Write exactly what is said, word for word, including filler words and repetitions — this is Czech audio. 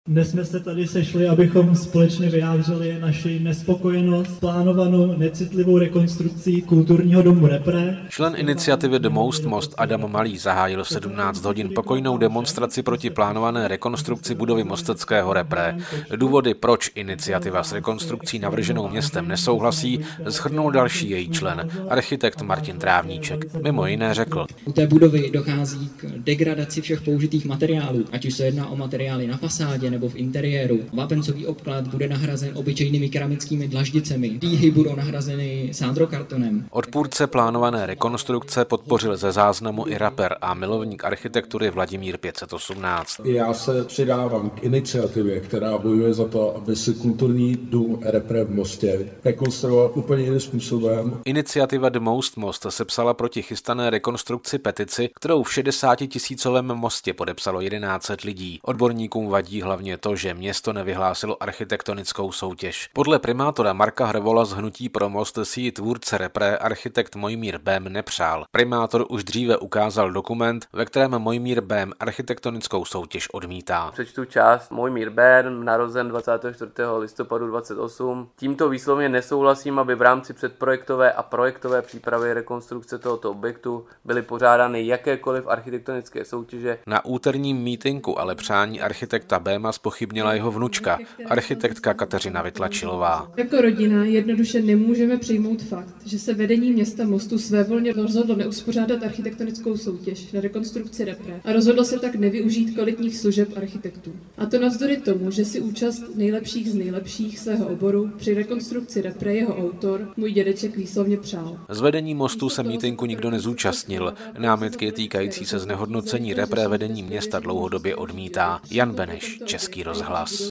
Dnes jsme se tady sešli, abychom společně vyjádřili naši nespokojenost s plánovanou necitlivou rekonstrukcí kulturního domu Repre. Člen iniciativy The Most Most Adam Malý zahájil v sedmnáct hodin pokojnou demonstraci proti plánované rekonstrukci budovy mosteckého Repre. Důvody, proč iniciativa s rekonstrukcí navrženou městem nesouhlasí, shrnul další její člen, architekt Martin Trávníček. Mimo jiné řekl: U té budovy dochází k degradaci všech použitých materiálů, ať už se jedná o materiály na fasádě nebo v interiéru. Vápencový obklad bude nahrazen obyčejnými keramickými dlaždicemi. Dýhy budou nahrazeny sádrokartonem. Odpůrce plánované rekonstrukce podpořil ze záznamu i rapper a milovník architektury Vladimír pět set osmnáct. Já se přidávám k iniciativě, která bojuje za to, aby si kulturní dům Repre v Mostě rekonstruoval úplně jiným způsobem. Iniciativa The Most Most sepsala proti chystané rekonstrukci petici, kterou v šedesátitisícovém mostě podepsalo jedenáct set lidí. Odborníkům vadí hlavně to, že město nevyhlásilo architektonickou soutěž. Podle primátora Marka Hrvola z Hnutí pro most si ji tvůrce Repre architekt Mojmír Bém nepřál. Primátor už dříve ukázal dokument, ve kterém Mojmír Bém architektonickou soutěž odmítá. Přečtu část. Mojmír Bém, narozen dvacátého čtvrtého listopadu dvacet osm. Tímto výslovně nesouhlasím, aby v rámci předprojektové a projektové přípravy rekonstrukce tohoto objektu byly pořádány jakékoliv architektonické soutěže. Na úterním mítinku ale přání architekta Béma zpochybnila jeho vnučka, architektka Kateřina Vytlačilová. Jako rodina jednoduše nemůžeme přijmout fakt, že se vedení města Mostu svévolně rozhodlo neuspořádat architektonickou soutěž na rekonstrukci Repre a rozhodlo se tak nevyužít kvalitních služeb architektů. A to navzdory tomu, že si účast nejlepších z nejlepších svého oboru při rekonstrukci Repre jeho autor, můj dědeček, výslovně přál. Z vedení Mostu se mítinku nikdo nezúčastnil. Námitky týkající se znehodnocení Repre vedení města dlouhodobě odmítá. Jan Beneš, Český rozhlas.